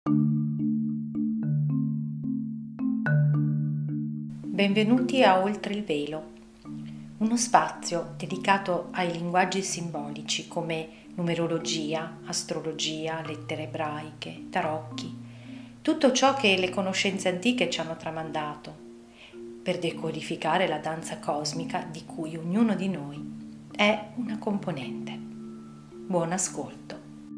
Benvenuti a Oltre il Velo, uno spazio dedicato ai linguaggi simbolici come numerologia, astrologia, lettere ebraiche, tarocchi, tutto ciò che le conoscenze antiche ci hanno tramandato, per decodificare la danza cosmica di cui ognuno di noi è una componente. Buon ascolto.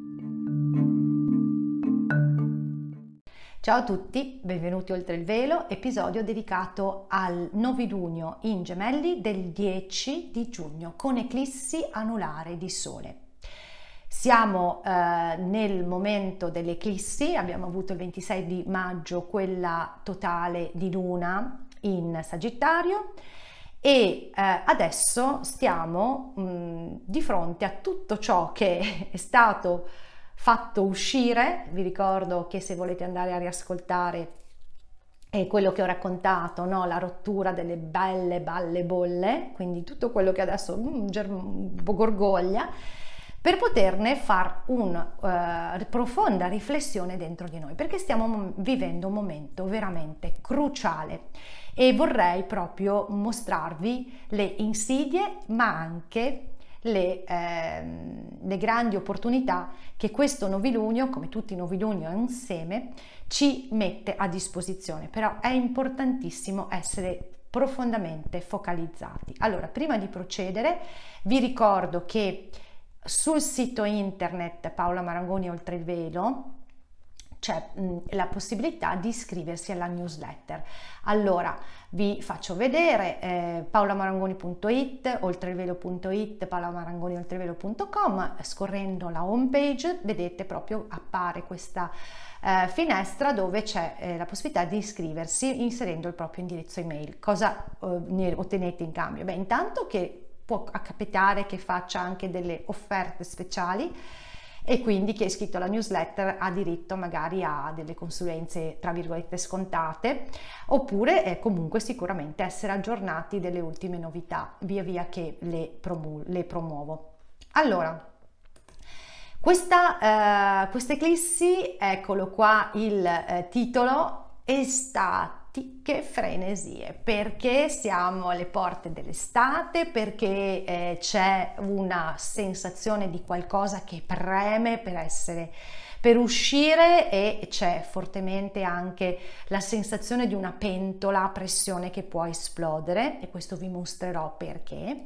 Ciao a tutti, benvenuti Oltre il Velo, episodio dedicato al novilunio in Gemelli del 10 di giugno con eclissi anulare di Sole. Siamo nel momento delle eclissi, abbiamo avuto il 26 di maggio quella totale di Luna in Sagittario e adesso stiamo di fronte a tutto ciò che è stato fatto uscire. Vi ricordo che se volete andare a riascoltare quello che ho raccontato, no? La rottura delle belle balle bolle, quindi tutto quello che adesso gorgoglia, per poterne far una profonda riflessione dentro di noi, perché stiamo vivendo un momento veramente cruciale e vorrei proprio mostrarvi le insidie ma anche le grandi opportunità che questo novilunio, come tutti i noviluni, è un seme, ci mette a disposizione. Però è importantissimo essere profondamente focalizzati. Allora, prima di procedere, vi ricordo che sul sito internet Paola Marangoni Oltre il Velo c'è la possibilità di iscriversi alla newsletter. Allora vi faccio vedere paolamarangoni.it, oltreilvelo.it, paolamarangonioltrevelo.com. Scorrendo la home page vedete proprio appare questa finestra dove c'è la possibilità di iscriversi inserendo il proprio indirizzo email. Cosa ne ottenete in cambio? Beh, intanto che può capitare che faccia anche delle offerte speciali, e quindi chi è iscritto alla newsletter ha diritto magari a delle consulenze tra virgolette scontate, oppure comunque sicuramente essere aggiornati delle ultime novità via via che le promuovo. Allora, questa eclissi, eccolo qua il titolo, Estatiche frenesie, perché siamo alle porte dell'estate, perché c'è una sensazione di qualcosa che preme per uscire, e c'è fortemente anche la sensazione di una pentola a pressione che può esplodere, e questo vi mostrerò perché.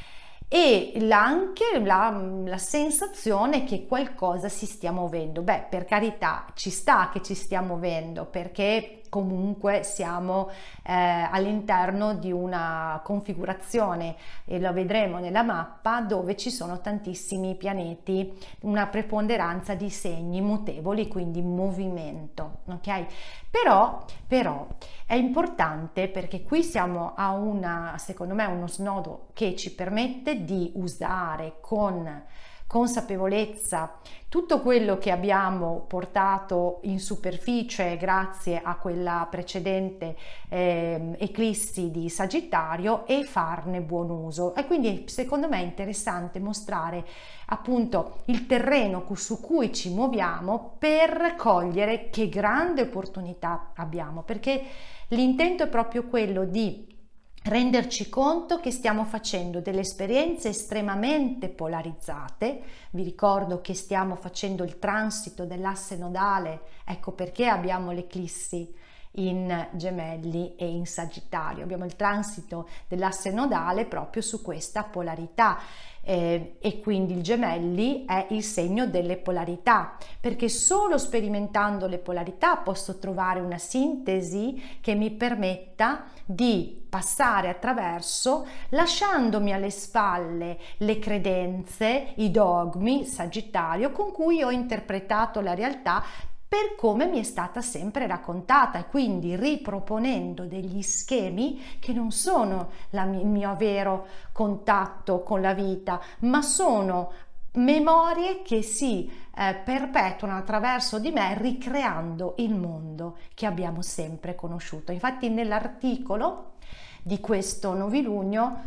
E anche la sensazione che qualcosa si stia muovendo. Beh, per carità, ci sta che ci stia muovendo, perché comunque siamo all'interno di una configurazione, e lo vedremo nella mappa, dove ci sono tantissimi pianeti, una preponderanza di segni mutevoli, quindi movimento, ok? Però è importante, perché qui siamo a secondo me uno snodo che ci permette di usare con consapevolezza tutto quello che abbiamo portato in superficie grazie a quella precedente eclissi di Sagittario, e farne buon uso. E quindi secondo me è interessante mostrare appunto il terreno su cui ci muoviamo per cogliere che grande opportunità abbiamo, perché l'intento è proprio quello di renderci conto che stiamo facendo delle esperienze estremamente polarizzate. Vi ricordo che stiamo facendo il transito dell'asse nodale, ecco perché abbiamo l'eclissi in Gemelli e in Sagittario. Abbiamo il transito dell'asse nodale proprio su questa polarità. E quindi il Gemelli è il segno delle polarità, perché solo sperimentando le polarità posso trovare una sintesi che mi permetta di passare attraverso, lasciandomi alle spalle le credenze, i dogmi Sagittario con cui ho interpretato la realtà per come mi è stata sempre raccontata, e quindi riproponendo degli schemi che non sono il mio vero contatto con la vita, ma sono memorie che si perpetuano attraverso di me, ricreando il mondo che abbiamo sempre conosciuto. Infatti nell'articolo di questo novilunio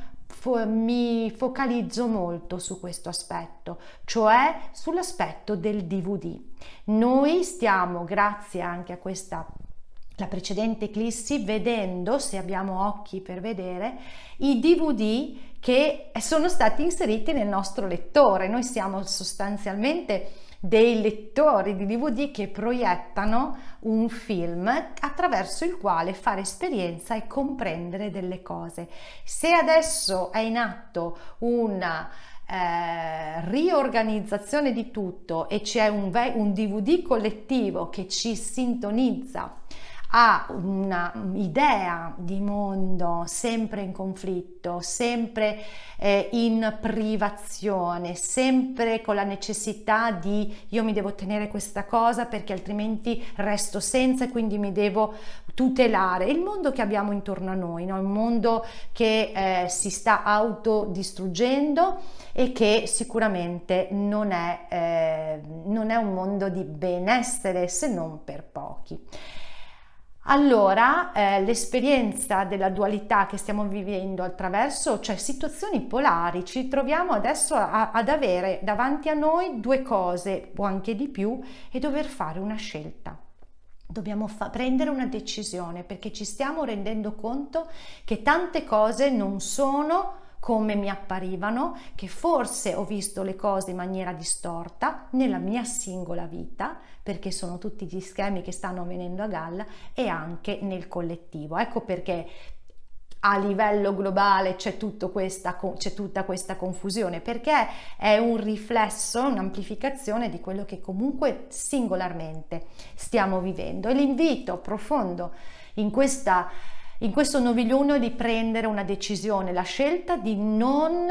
mi focalizzo molto su questo aspetto, cioè sull'aspetto del DVD. Noi stiamo, grazie anche a questa la precedente eclissi, vedendo, se abbiamo occhi per vedere, i DVD che sono stati inseriti nel nostro lettore. Noi siamo sostanzialmente dei lettori di DVD che proiettano un film attraverso il quale fare esperienza e comprendere delle cose. Se adesso è in atto una riorganizzazione di tutto e c'è un DVD collettivo che ci sintonizza ha un'idea di mondo sempre in conflitto, sempre in privazione, sempre con la necessità di io mi devo tenere questa cosa perché altrimenti resto senza e quindi mi devo tutelare. Il mondo che abbiamo intorno a noi, no? Un mondo che si sta autodistruggendo e che sicuramente non è un mondo di benessere se non per pochi. Allora, l'esperienza della dualità che stiamo vivendo attraverso, cioè situazioni polari, ci troviamo adesso ad avere davanti a noi due cose o anche di più e dover fare una scelta. Dobbiamo prendere una decisione perché ci stiamo rendendo conto che tante cose non sono come mi apparivano, che forse ho visto le cose in maniera distorta nella mia singola vita, perché sono tutti gli schemi che stanno venendo a galla, e anche nel collettivo. Ecco perché a livello globale c'è tutta questa confusione, perché è un riflesso, un'amplificazione di quello che comunque singolarmente stiamo vivendo. E l'invito profondo in questo novilunio è di prendere una decisione, la scelta di non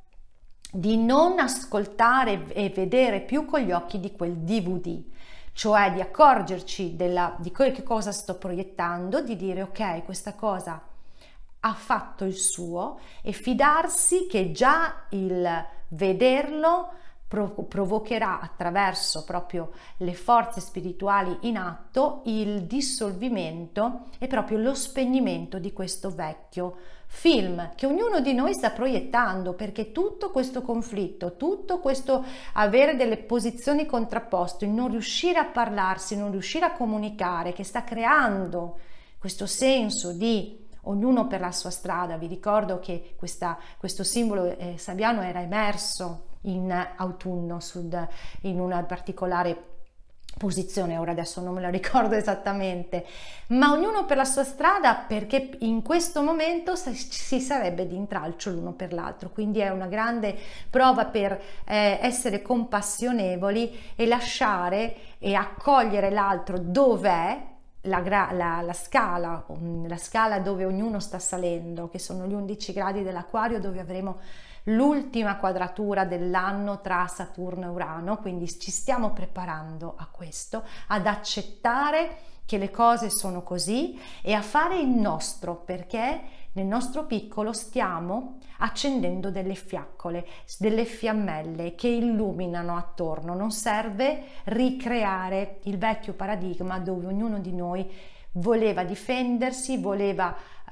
ascoltare e vedere più con gli occhi di quel DVD, cioè di accorgerci di che cosa sto proiettando, di dire ok, questa cosa ha fatto il suo, e fidarsi che già il vederlo provocherà attraverso proprio le forze spirituali in atto il dissolvimento e proprio lo spegnimento di questo vecchio film che ognuno di noi sta proiettando, perché tutto questo conflitto, tutto questo avere delle posizioni contrapposte, non riuscire a parlarsi, non riuscire a comunicare, che sta creando questo senso di ognuno per la sua strada. Vi ricordo che questo simbolo sabbiano era emerso in autunno in una particolare posizione, ora adesso non me la ricordo esattamente, ma ognuno per la sua strada, perché in questo momento si sarebbe di intralcio l'uno per l'altro. Quindi è una grande prova per essere compassionevoli e lasciare e accogliere l'altro dov'è, la scala dove ognuno sta salendo, che sono gli 11 gradi dell'Acquario, dove avremo l'ultima quadratura dell'anno tra Saturno e Urano. Quindi ci stiamo preparando a questo, ad accettare che le cose sono così e a fare il nostro, perché nel nostro piccolo stiamo accendendo delle fiaccole, delle fiammelle che illuminano attorno. Non serve ricreare il vecchio paradigma dove ognuno di noi voleva difendersi, voleva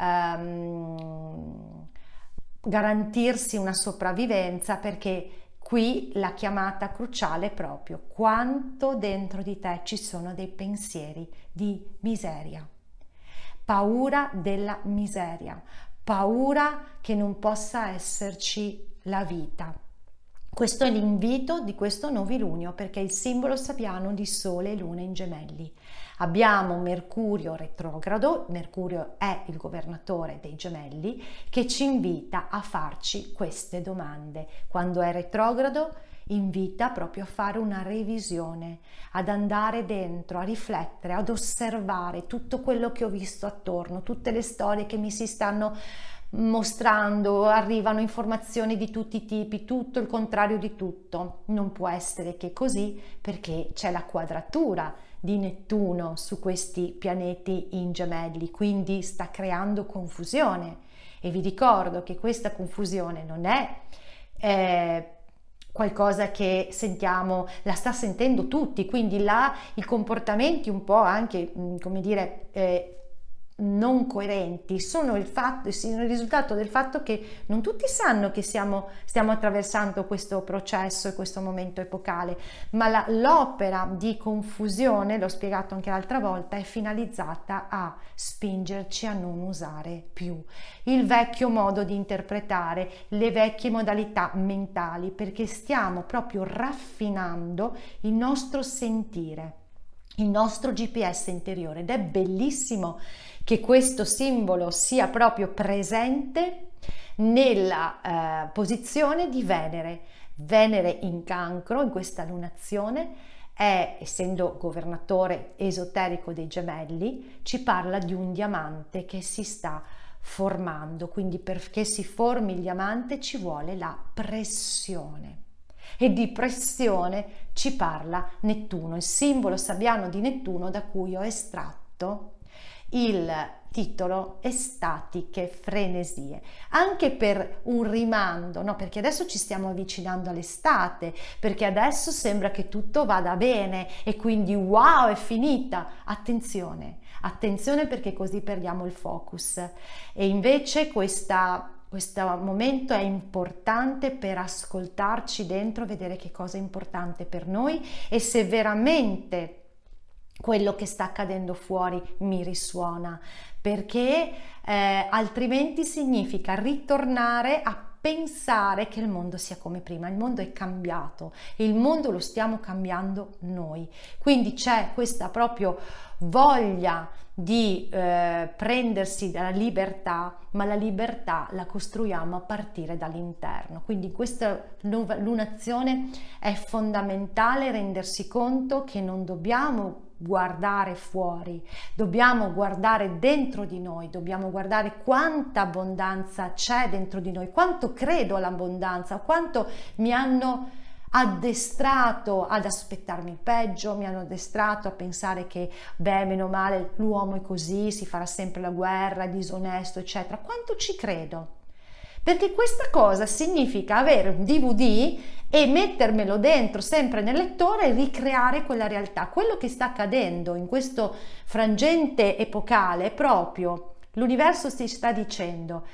garantirsi una sopravvivenza, perché qui la chiamata cruciale è proprio quanto dentro di te ci sono dei pensieri di miseria, paura della miseria, paura che non possa esserci la vita. Questo è l'invito di questo novilunio, perché è il simbolo sabbiano di Sole e Luna in Gemelli. Abbiamo Mercurio retrogrado, Mercurio è il governatore dei Gemelli, che ci invita a farci queste domande. Quando è retrogrado invita proprio a fare una revisione, ad andare dentro, a riflettere, ad osservare tutto quello che ho visto attorno, tutte le storie che mi si stanno mostrando, arrivano informazioni di tutti i tipi, tutto il contrario di tutto. Non può essere che così, perché c'è la quadratura di Nettuno su questi pianeti in Gemelli, quindi sta creando confusione. E vi ricordo che questa confusione non è qualcosa che sentiamo, la sta sentendo tutti, quindi là i comportamenti un po' anche, come dire, non coerenti sono il risultato del fatto che non tutti sanno che stiamo attraversando questo processo e questo momento epocale, ma l'opera di confusione, l'ho spiegato anche l'altra volta, è finalizzata a spingerci a non usare più il vecchio modo di interpretare, le vecchie modalità mentali, perché stiamo proprio raffinando il nostro sentire, il nostro GPS interiore, ed è bellissimo che questo simbolo sia proprio presente nella posizione di Venere. Venere in Cancro, in questa lunazione, essendo governatore esoterico dei Gemelli, ci parla di un diamante che si sta formando, quindi perché si formi il diamante ci vuole la pressione. E di pressione ci parla Nettuno, il simbolo sabbiano di Nettuno, da cui ho estratto il titolo Estatiche frenesie, anche per un rimando, no? Perché adesso ci stiamo avvicinando all'estate, perché adesso sembra che tutto vada bene e quindi wow, è finita. Attenzione, perché così perdiamo il focus. E invece questo momento è importante per ascoltarci dentro, vedere che cosa è importante per noi e se veramente quello che sta accadendo fuori mi risuona, perché altrimenti significa ritornare a pensare che il mondo sia come prima. Il mondo è cambiato e il mondo lo stiamo cambiando noi, quindi c'è questa proprio voglia di prendersi dalla libertà, ma la libertà la costruiamo a partire dall'interno. Quindi questa lunazione è fondamentale rendersi conto che non dobbiamo guardare fuori, dobbiamo guardare dentro di noi, dobbiamo guardare quanta abbondanza c'è dentro di noi, quanto credo all'abbondanza, quanto mi hanno addestrato ad aspettarmi il peggio, mi hanno addestrato a pensare che meno male l'uomo è così, si farà sempre la guerra, è disonesto, eccetera. Quanto ci credo? Perché questa cosa significa avere un DVD e mettermelo dentro sempre nel lettore e ricreare quella realtà. Quello che sta accadendo in questo frangente epocale è proprio l'universo si sta dicendo: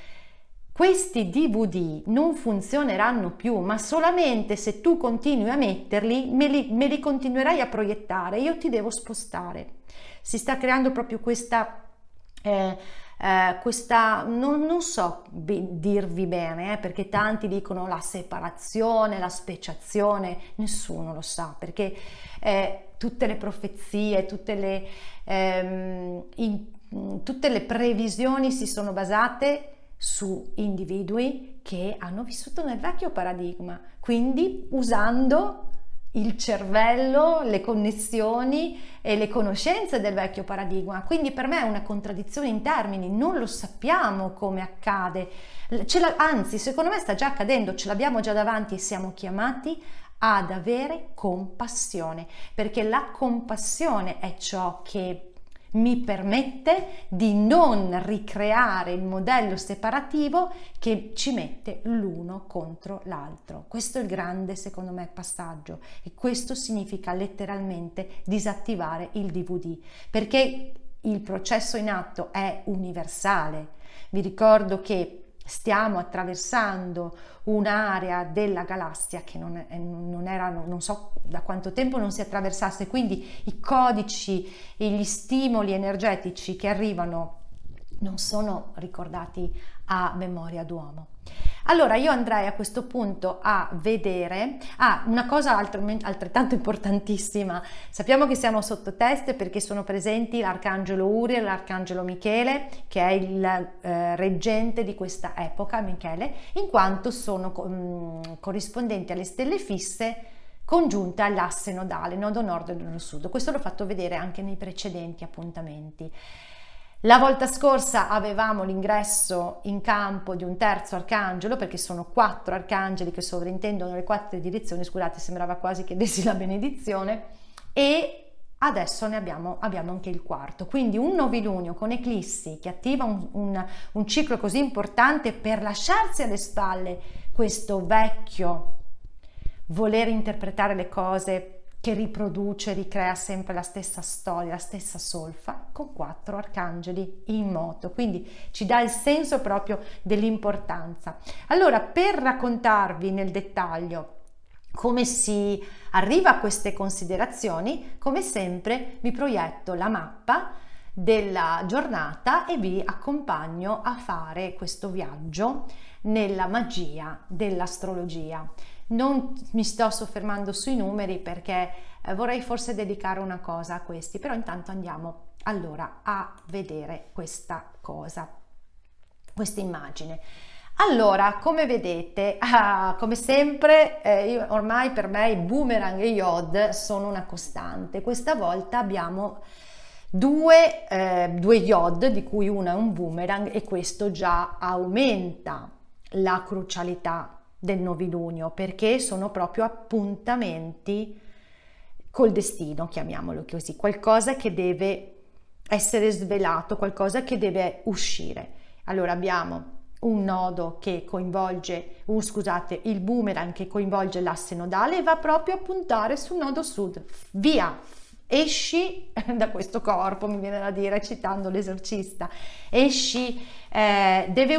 questi DVD non funzioneranno più, ma solamente se tu continui a metterli, me li continuerai a proiettare, io ti devo spostare. Si sta creando proprio questa non so dirvi bene, perché tanti dicono la separazione, la speciazione, nessuno lo sa, perché tutte le profezie, tutte le previsioni si sono basate su individui che hanno vissuto nel vecchio paradigma, quindi usando il cervello, le connessioni e le conoscenze del vecchio paradigma. Quindi per me è una contraddizione in termini, non lo sappiamo come accade, anzi secondo me sta già accadendo, ce l'abbiamo già davanti e siamo chiamati ad avere compassione, perché la compassione è ciò che mi permette di non ricreare il modello separativo che ci mette l'uno contro l'altro. Questo è il grande, secondo me, passaggio, e questo significa letteralmente disattivare il DVD, perché il processo in atto è universale. Vi ricordo che stiamo attraversando un'area della galassia che non so da quanto tempo non si attraversasse, quindi i codici e gli stimoli energetici che arrivano non sono ricordati a memoria d'uomo. Allora io andrei a questo punto a vedere una cosa altrettanto importantissima. Sappiamo che siamo sotto teste perché sono presenti l'Arcangelo Uriel e l'Arcangelo Michele, che è il reggente di questa epoca, Michele, in quanto sono corrispondenti alle stelle fisse congiunte all'asse nodale, nodo nord e nodo sud. Questo l'ho fatto vedere anche nei precedenti appuntamenti. La volta scorsa avevamo l'ingresso in campo di un terzo arcangelo, perché sono 4 arcangeli che sovrintendono le 4 direzioni, scusate, sembrava quasi che dessi la benedizione, e adesso ne abbiamo anche il quarto, quindi un novilunio con eclissi che attiva un ciclo così importante per lasciarsi alle spalle questo vecchio voler interpretare le cose che riproduce, ricrea sempre la stessa storia, la stessa solfa, con 4 arcangeli in moto, quindi ci dà il senso proprio dell'importanza. Allora, per raccontarvi nel dettaglio come si arriva a queste considerazioni, come sempre vi proietto la mappa della giornata e vi accompagno a fare questo viaggio nella magia dell'astrologia. Non mi sto soffermando sui numeri perché vorrei forse dedicare una cosa a questi, però intanto andiamo allora a vedere questa cosa, questa immagine. Allora, come vedete, come sempre, ormai per me i boomerang e Yod sono una costante. Questa volta abbiamo due Yod, di cui una è un boomerang, e questo già aumenta la crucialità del novilunio, perché sono proprio appuntamenti col destino, chiamiamolo così, qualcosa che deve essere svelato, qualcosa che deve uscire. Allora abbiamo un nodo che coinvolge, il boomerang che coinvolge l'asse nodale e va proprio a puntare sul nodo sud. Via, esci da questo corpo, mi viene da dire, citando l'esorcista, esci, deve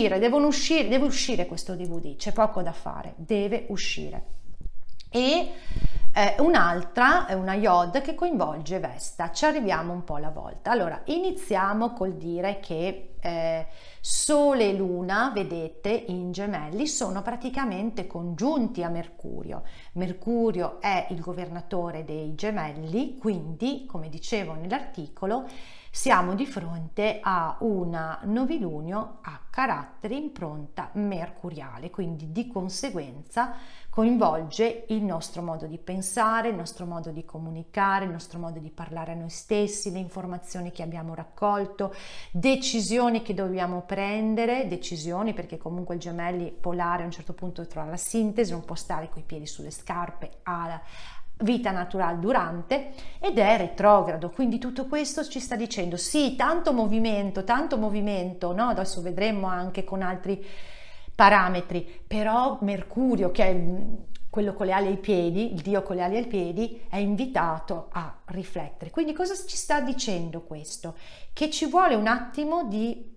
uscire questo DVD, c'è poco da fare, deve uscire. E un'altra è una Yod che coinvolge Vesta. Ci arriviamo un po' alla volta. Allora, iniziamo col dire che Sole e Luna, vedete, in Gemelli sono praticamente congiunti a Mercurio. Mercurio è il governatore dei Gemelli, quindi, come dicevo nell'articolo, siamo di fronte a un novilunio a carattere impronta mercuriale, quindi di conseguenza coinvolge il nostro modo di pensare, il nostro modo di comunicare, il nostro modo di parlare a noi stessi, le informazioni che abbiamo raccolto, decisioni che dobbiamo prendere, decisioni perché comunque il Gemelli polare a un certo punto trova la sintesi, non può stare coi piedi sulle scarpe, ha vita naturale durante ed è retrogrado, quindi tutto questo ci sta dicendo sì, tanto movimento, no? Adesso vedremo anche con altri parametri, però Mercurio, che è quello con le ali ai piedi, il dio con le ali ai piedi, è invitato a riflettere. Quindi cosa ci sta dicendo questo? Che ci vuole un attimo di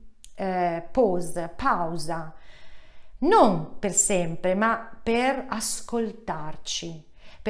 pausa, non per sempre, ma per ascoltarci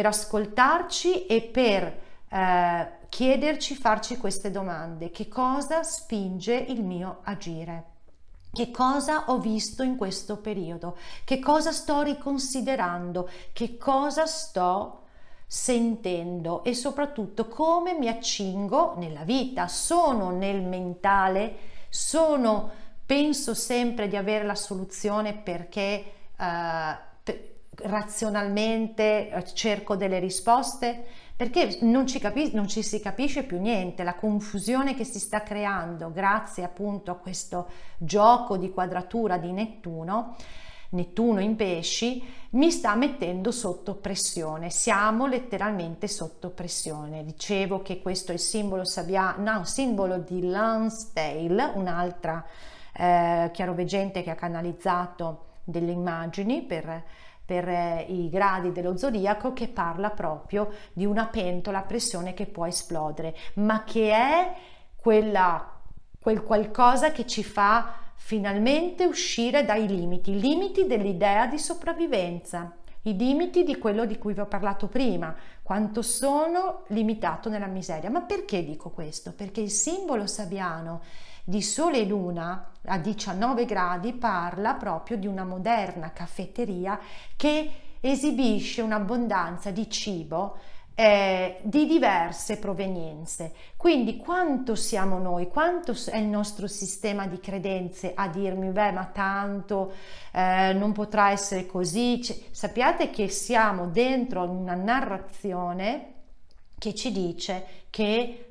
e per chiederci, farci queste domande. Che cosa spinge il mio agire? Che cosa ho visto in questo periodo? Che cosa sto riconsiderando? Che cosa sto sentendo? E soprattutto come mi accingo nella vita? Sono nel mentale? Penso sempre di avere la soluzione perché razionalmente cerco delle risposte, perché non ci si capisce più niente. La confusione che si sta creando grazie appunto a questo gioco di quadratura di Nettuno in pesci mi sta mettendo sotto pressione. Siamo letteralmente sotto pressione. Dicevo che questo è il simbolo un simbolo di Lansdale, un'altra chiaroveggente che ha canalizzato delle immagini per i gradi dello zodiaco, che parla proprio di una pentola a pressione che può esplodere, ma che è quel qualcosa che ci fa finalmente uscire dai limiti, i limiti dell'idea di sopravvivenza, i limiti di quello di cui vi ho parlato prima, quanto sono limitato nella miseria. Ma perché dico questo? Perché il simbolo sabbiano di Sole e Luna a 19 gradi parla proprio di una moderna caffetteria che esibisce un'abbondanza di cibo di diverse provenienze. Quindi quanto siamo noi, quanto è il nostro sistema di credenze a dirmi beh, ma tanto non potrà essere così. Sappiate che siamo dentro una narrazione che ci dice che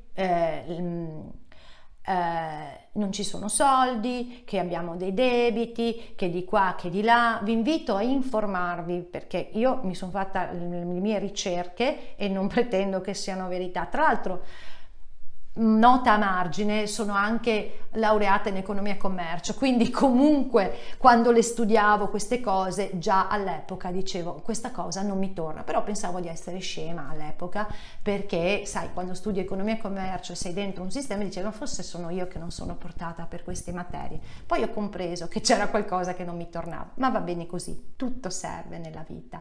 non ci sono soldi, che abbiamo dei debiti, che di qua, che di là. Vi invito a informarvi, perché io mi sono fatta le mie ricerche e non pretendo che siano verità. Tra l'altro nota a margine, sono anche laureata in economia e commercio, quindi comunque quando le studiavo queste cose già all'epoca dicevo questa cosa non mi torna, però pensavo di essere scema all'epoca, perché sai, quando studi economia e commercio e sei dentro un sistema dicevo forse sono io che non sono portata per queste materie, poi ho compreso che c'era qualcosa che non mi tornava, ma va bene così, tutto serve nella vita.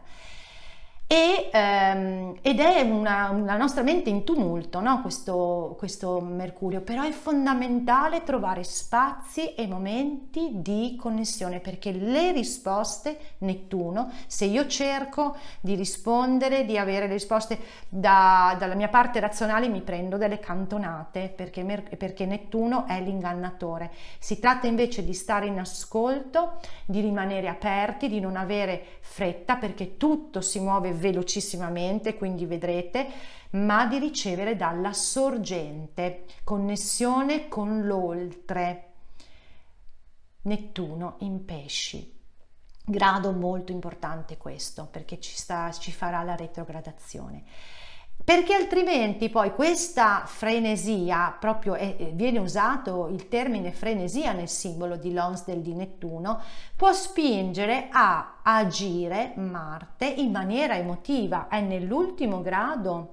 Ed è la nostra mente in tumulto, no? Questo Mercurio, però è fondamentale trovare spazi e momenti di connessione, perché le risposte, Nettuno, se io cerco di rispondere, di avere le risposte dalla mia parte razionale, mi prendo delle cantonate, perché Nettuno è l'ingannatore. Si tratta invece di stare in ascolto, di rimanere aperti, di non avere fretta, perché tutto si muove velocissimamente, quindi vedrete, ma di ricevere dalla sorgente, connessione con l'oltre. Nettuno in pesci, grado molto importante questo, perché ci farà la retrogradazione, perché altrimenti poi questa frenesia, proprio viene usato il termine frenesia nel simbolo di Lonsdale di Nettuno, può spingere a agire Marte in maniera emotiva, è nell'ultimo grado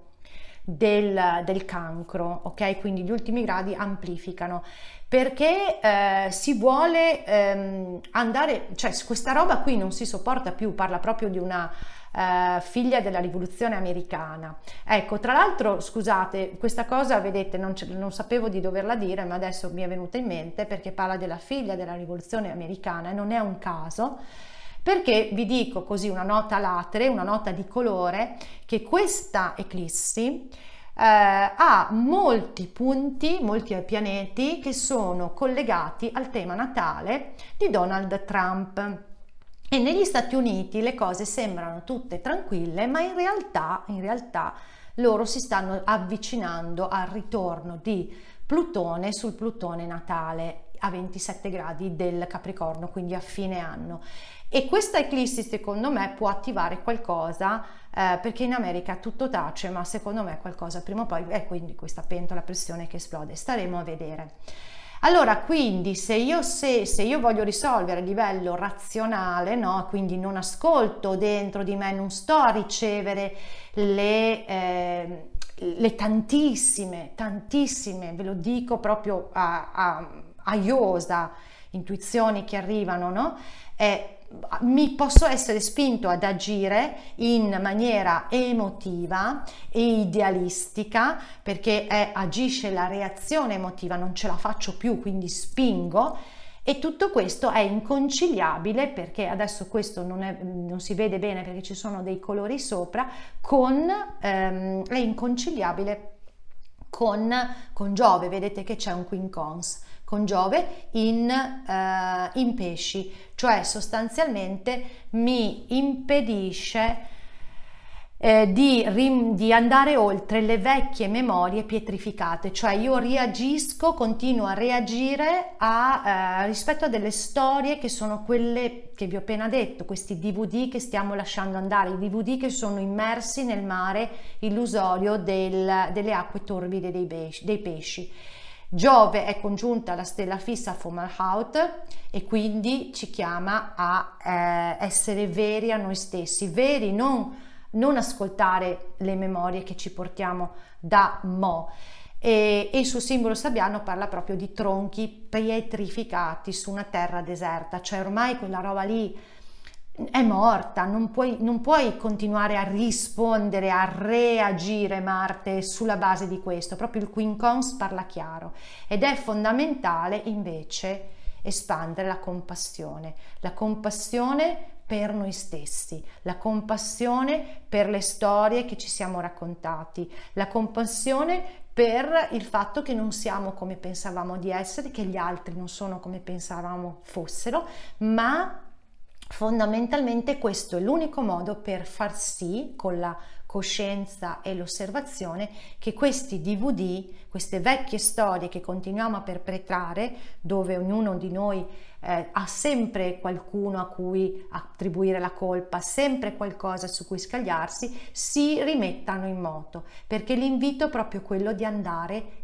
del cancro, ok? Quindi gli ultimi gradi amplificano, perché si vuole andare, cioè questa roba qui non si sopporta più, parla proprio di una figlia della rivoluzione americana. Ecco, tra l'altro, scusate, questa cosa, vedete, non sapevo di doverla dire, ma adesso mi è venuta in mente, perché parla della figlia della rivoluzione americana, e non è un caso, perché vi dico così una nota latere, una nota di colore, che questa eclissi ha molti punti, molti pianeti che sono collegati al tema natale di Donald Trump. E negli Stati Uniti le cose sembrano tutte tranquille, ma in realtà loro si stanno avvicinando al ritorno di Plutone sul Plutone natale a 27 gradi del Capricorno, quindi a fine anno. E questa eclissi secondo me può attivare qualcosa, perché in America tutto tace, ma secondo me qualcosa prima o poi, quindi questa pentola a pressione che esplode, staremo a vedere. Allora, quindi se io voglio risolvere a livello razionale, no? Quindi non ascolto dentro di me, non sto a ricevere le tantissime, ve lo dico proprio a iosa, intuizioni che arrivano, no? Mi posso essere spinto ad agire in maniera emotiva e idealistica, perché agisce la reazione emotiva, non ce la faccio più, quindi spingo, e tutto questo è inconciliabile, perché adesso questo non si vede bene perché ci sono dei colori sopra, è inconciliabile con Giove. Vedete che c'è un quincons con Giove in pesci, cioè sostanzialmente mi impedisce di andare oltre le vecchie memorie pietrificate, cioè io continuo a reagire rispetto a delle storie che sono quelle che vi ho appena detto, questi DVD che stiamo lasciando andare, i DVD che sono immersi nel mare illusorio delle acque torbide dei pesci. Giove è congiunta alla stella fissa Fomalhaut e quindi ci chiama a essere veri a noi stessi, veri, non ascoltare le memorie che ci portiamo da mo'. E il suo simbolo sabbiano parla proprio di tronchi pietrificati su una terra deserta, cioè ormai quella roba lì è morta, non puoi continuare a rispondere, a reagire Marte sulla base di questo, proprio il quincons parla chiaro, ed è fondamentale invece espandere la compassione per noi stessi, la compassione per le storie che ci siamo raccontati, la compassione per il fatto che non siamo come pensavamo di essere, che gli altri non sono come pensavamo fossero, ma fondamentalmente questo è l'unico modo per far sì, con la coscienza e l'osservazione, che questi DVD, queste vecchie storie che continuiamo a perpetrare, dove ognuno di noi ha sempre qualcuno a cui attribuire la colpa, sempre qualcosa su cui scagliarsi, si rimettano in moto, perché l'invito è proprio quello di andare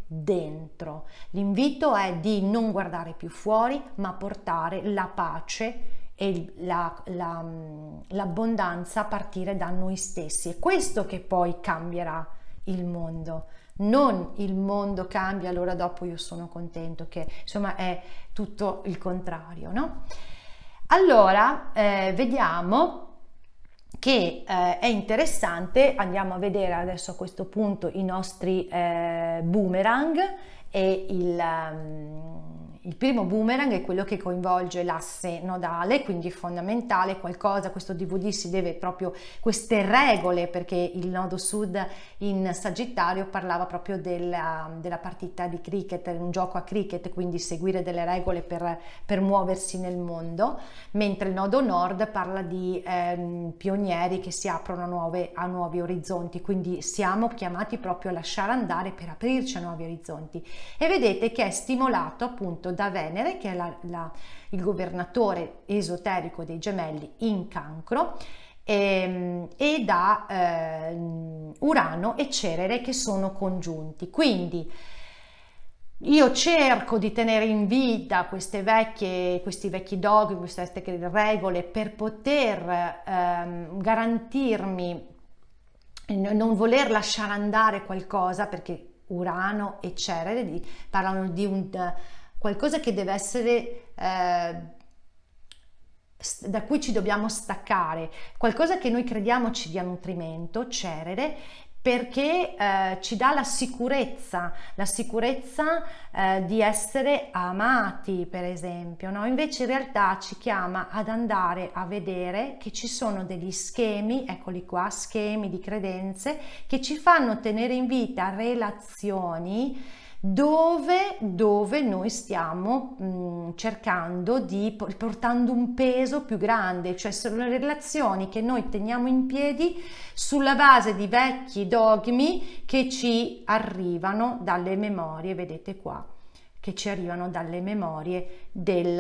dentro. L'invito è di non guardare più fuori, ma portare la pace e l'abbondanza a partire da noi stessi. È questo che poi cambierà il mondo. Non il mondo cambia, allora dopo io sono contento, che insomma è tutto il contrario, no? Allora vediamo che è interessante, andiamo a vedere adesso a questo punto i nostri boomerang, e il primo boomerang è quello che coinvolge l'asse nodale, quindi fondamentale, qualcosa, questo DVD si deve proprio, queste regole, perché il nodo sud in Sagittario parlava proprio della partita di cricket, un gioco a cricket, quindi seguire delle regole per muoversi nel mondo, mentre il nodo nord parla di pionieri che si aprono a nuovi orizzonti, quindi siamo chiamati proprio a lasciare andare per aprirci a nuovi orizzonti. E vedete che è stimolato appunto da Venere, che è il governatore esoterico dei Gemelli in Cancro, e da Urano e Cerere, che sono congiunti. Quindi io cerco di tenere in vita questi vecchi dogmi, queste regole, per poter garantirmi, non voler lasciare andare qualcosa, perché Urano e Cerere parlano di qualcosa che deve essere da cui ci dobbiamo staccare, qualcosa che noi crediamo ci dia nutrimento, Cerere, perché ci dà la sicurezza di essere amati, per esempio, no? Invece in realtà ci chiama ad andare a vedere che ci sono degli schemi, eccoli qua, schemi di credenze che ci fanno tenere in vita relazioni dove noi stiamo cercando portando un peso più grande, cioè sono le relazioni che noi teniamo in piedi sulla base di vecchi dogmi che ci arrivano dalle memorie, vedete qua, che ci arrivano dalle memorie dei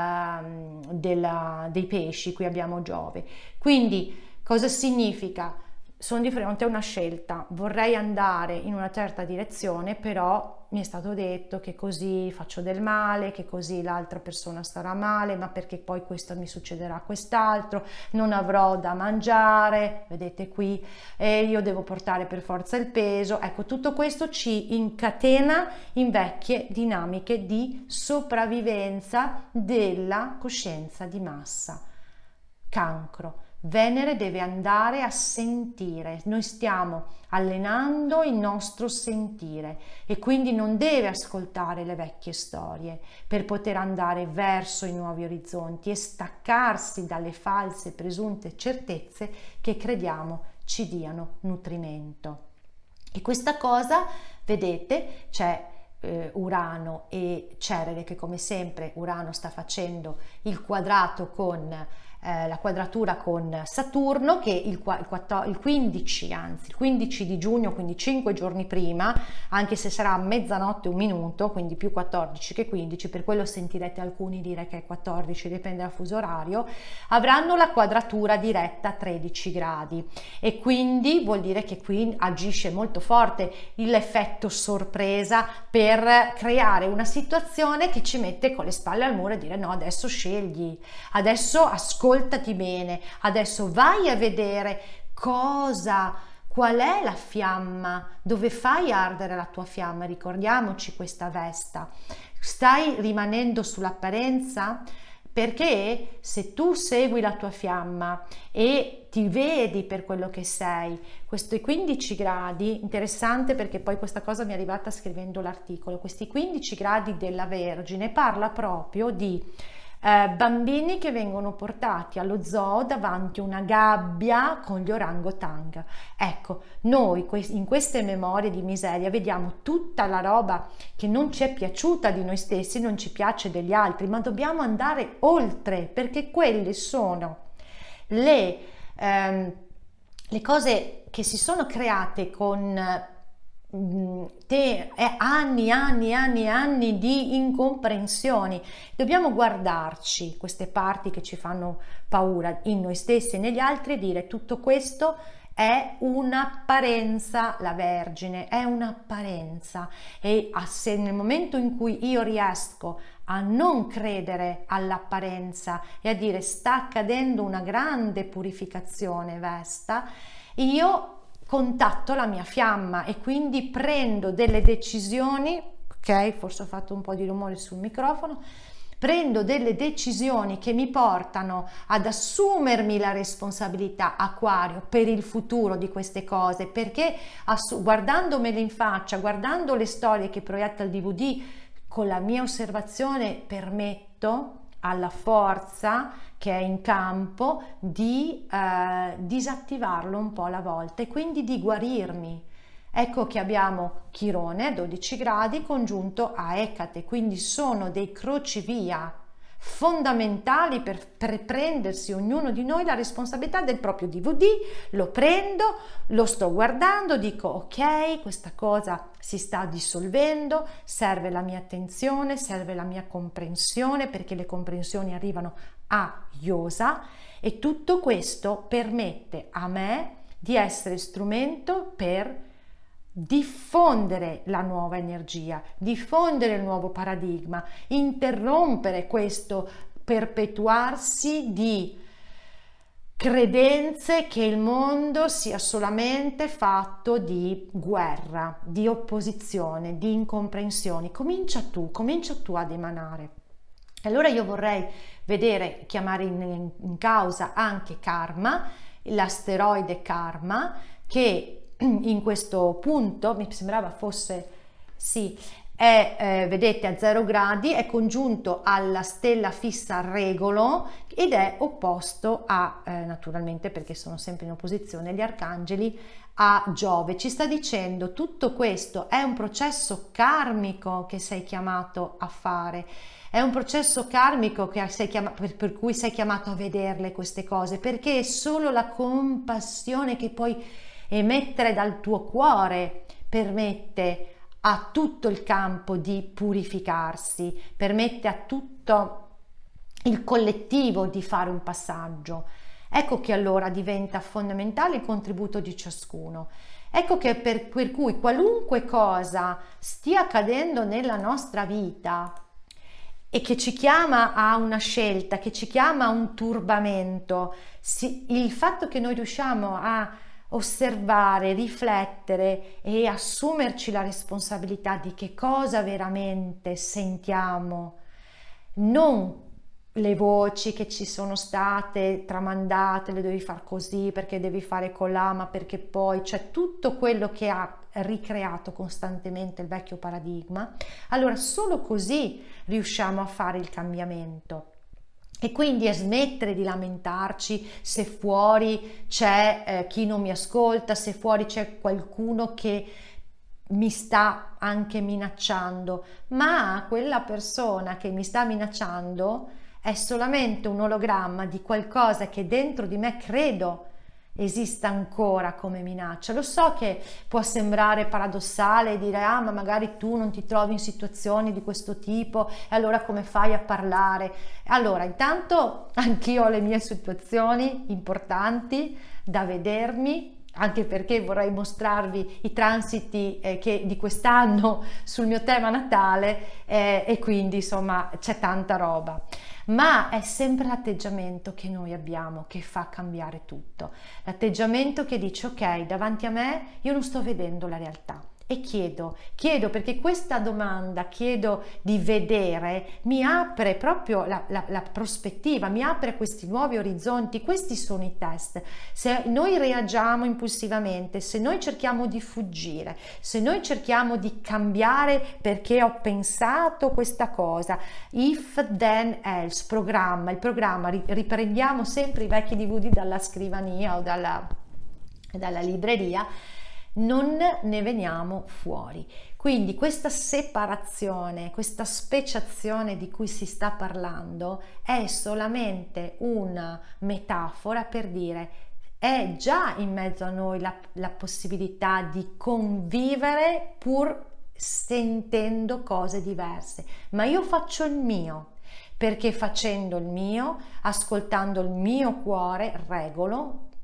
pesci. Qui abbiamo Giove. Quindi cosa significa? Sono di fronte a una scelta, vorrei andare in una certa direzione, però mi è stato detto che così faccio del male, che così l'altra persona starà male, ma perché poi questo mi succederà quest'altro, non avrò da mangiare, vedete qui, e io devo portare per forza il peso. Ecco, tutto questo ci incatena in vecchie dinamiche di sopravvivenza della coscienza di massa. Cancro. Venere deve andare a sentire, noi stiamo allenando il nostro sentire e quindi non deve ascoltare le vecchie storie per poter andare verso i nuovi orizzonti e staccarsi dalle false presunte certezze che crediamo ci diano nutrimento. E questa cosa, vedete, c'è Urano e Cerere, che come sempre Urano sta facendo il quadrato con la quadratura con Saturno, che il 15 di giugno, quindi 5 giorni prima, anche se sarà mezzanotte 1 minuto, quindi più 14 che 15, per quello sentirete alcuni dire che è 14, dipende dal fuso orario, avranno la quadratura diretta a 13 gradi e quindi vuol dire che qui agisce molto forte l'effetto sorpresa per creare una situazione che ci mette con le spalle al muro e dire no, adesso scegli, adesso ascoltati bene, adesso vai a vedere qual è la fiamma, dove fai ardere la tua fiamma. Ricordiamoci questa Vesta, stai rimanendo sull'apparenza, perché se tu segui la tua fiamma e ti vedi per quello che sei, questi 15 gradi, interessante perché poi questa cosa mi è arrivata scrivendo l'articolo, questi 15 gradi della Vergine parla proprio di bambini che vengono portati allo zoo davanti a una gabbia con gli orangotang. Ecco, noi in queste memorie di miseria vediamo tutta la roba che non ci è piaciuta di noi stessi, non ci piace degli altri, ma dobbiamo andare oltre, perché quelle sono le cose che si sono create con anni di incomprensioni. Dobbiamo guardarci queste parti che ci fanno paura in noi stessi e negli altri e dire tutto questo è un'apparenza, la Vergine è un'apparenza, e se nel momento in cui io riesco a non credere all'apparenza e a dire sta accadendo una grande purificazione, Vesta, io contatto la mia fiamma e quindi prendo delle decisioni, ok? Forse ho fatto un po' di rumore sul microfono. Prendo delle decisioni che mi portano ad assumermi la responsabilità, Acquario, per il futuro di queste cose, perché guardandomele in faccia, guardando le storie che proietta il DVD, con la mia osservazione permetto alla forza che è in campo di disattivarlo un po' alla volta e quindi di guarirmi. Ecco che abbiamo Chirone a 12 gradi congiunto a Ecate, quindi sono dei crocevia fondamentali per prendersi ognuno di noi la responsabilità del proprio DVD. Lo prendo, lo sto guardando, dico ok, questa cosa si sta dissolvendo, serve la mia attenzione, serve la mia comprensione, perché le comprensioni arrivano a iosa, e tutto questo permette a me di essere strumento per diffondere la nuova energia, diffondere il nuovo paradigma, interrompere questo perpetuarsi di credenze che il mondo sia solamente fatto di guerra, di opposizione, di incomprensioni. Comincia tu ad emanare. Allora io vorrei vedere, chiamare in causa anche Karma, l'asteroide Karma, che in questo punto mi sembrava fosse, sì, è vedete a 0 gradi, è congiunto alla stella fissa Regolo ed è opposto a naturalmente, perché sono sempre in opposizione gli arcangeli, a Giove. Ci sta dicendo tutto questo è un processo karmico che sei chiamato a fare. È un processo karmico che per cui sei chiamato a vederle queste cose, perché è solo la compassione che puoi emettere dal tuo cuore permette a tutto il campo di purificarsi, permette a tutto il collettivo di fare un passaggio. Ecco che allora diventa fondamentale il contributo di ciascuno. Ecco che per cui qualunque cosa stia accadendo nella nostra vita e che ci chiama a una scelta, che ci chiama a un turbamento, il fatto che noi riusciamo a osservare, riflettere e assumerci la responsabilità di che cosa veramente sentiamo, non le voci che ci sono state tramandate, le devi fare così perché devi fare colà, ma perché poi c'è tutto quello che ha ricreato costantemente il vecchio paradigma. Allora solo così riusciamo a fare il cambiamento. E quindi è smettere di lamentarci se fuori c'è chi non mi ascolta, se fuori c'è qualcuno che mi sta anche minacciando, ma quella persona che mi sta minacciando è solamente un ologramma di qualcosa che dentro di me credo esista ancora come minaccia. Lo so che può sembrare paradossale dire ah, ma magari tu non ti trovi in situazioni di questo tipo e allora come fai a parlare? Allora intanto anch'io ho le mie situazioni importanti da vedermi, anche perché vorrei mostrarvi i transiti di quest'anno sul mio tema natale e quindi insomma c'è tanta roba. Ma è sempre l'atteggiamento che noi abbiamo che fa cambiare tutto. L'atteggiamento che dice ok, davanti a me io non sto vedendo la realtà e chiedo perché questa domanda, chiedo di vedere, mi apre proprio la prospettiva, mi apre questi nuovi orizzonti. Questi sono i test. Se noi reagiamo impulsivamente, se noi cerchiamo di fuggire, se noi cerchiamo di cambiare perché ho pensato questa cosa, if then else, il programma, riprendiamo sempre i vecchi DVD dalla scrivania o dalla libreria, non ne veniamo fuori. Quindi questa separazione, questa speciazione di cui si sta parlando è solamente una metafora per dire è già in mezzo a noi la possibilità di convivere pur sentendo cose diverse, ma io faccio il mio, perché facendo il mio, ascoltando il mio cuore, regolo,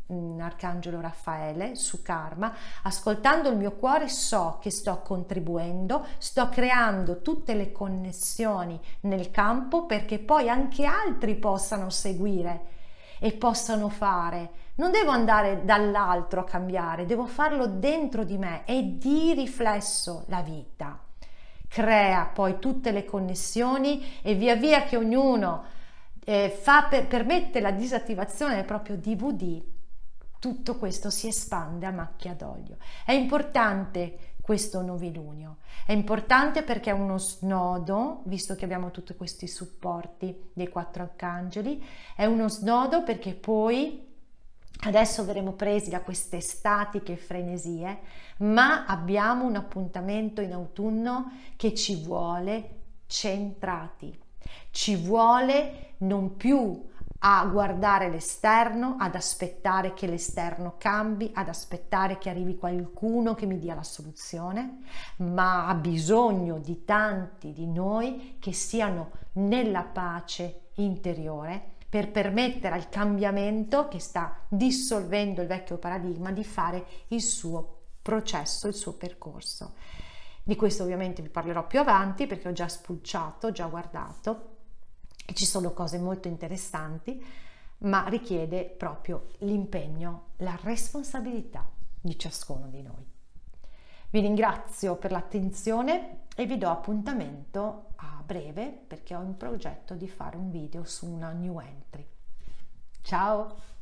Arcangelo Raffaele su karma, ascoltando il mio cuore so che sto contribuendo, sto creando tutte le connessioni nel campo perché poi anche altri possano seguire e possano fare. Non devo andare dall'altro a cambiare, devo farlo dentro di me e di riflesso la vita crea poi tutte le connessioni e via via che ognuno permette la disattivazione del proprio DVD, tutto questo si espande a macchia d'olio. È importante questo novilunio, è importante perché è uno snodo, visto che abbiamo tutti questi supporti dei 4 arcangeli, è uno snodo perché poi adesso verremo presi da queste statiche frenesie, ma abbiamo un appuntamento in autunno che ci vuole centrati, ci vuole non più a guardare l'esterno, ad aspettare che l'esterno cambi, ad aspettare che arrivi qualcuno che mi dia la soluzione, ma ha bisogno di tanti di noi che siano nella pace interiore per permettere al cambiamento che sta dissolvendo il vecchio paradigma di fare il suo processo, il suo percorso. Di questo ovviamente vi parlerò più avanti perché ho già spulciato, già guardato e ci sono cose molto interessanti, ma richiede proprio l'impegno, la responsabilità di ciascuno di noi. Vi ringrazio per l'attenzione e vi do appuntamento a breve perché ho in progetto di fare un video su una new entry. Ciao!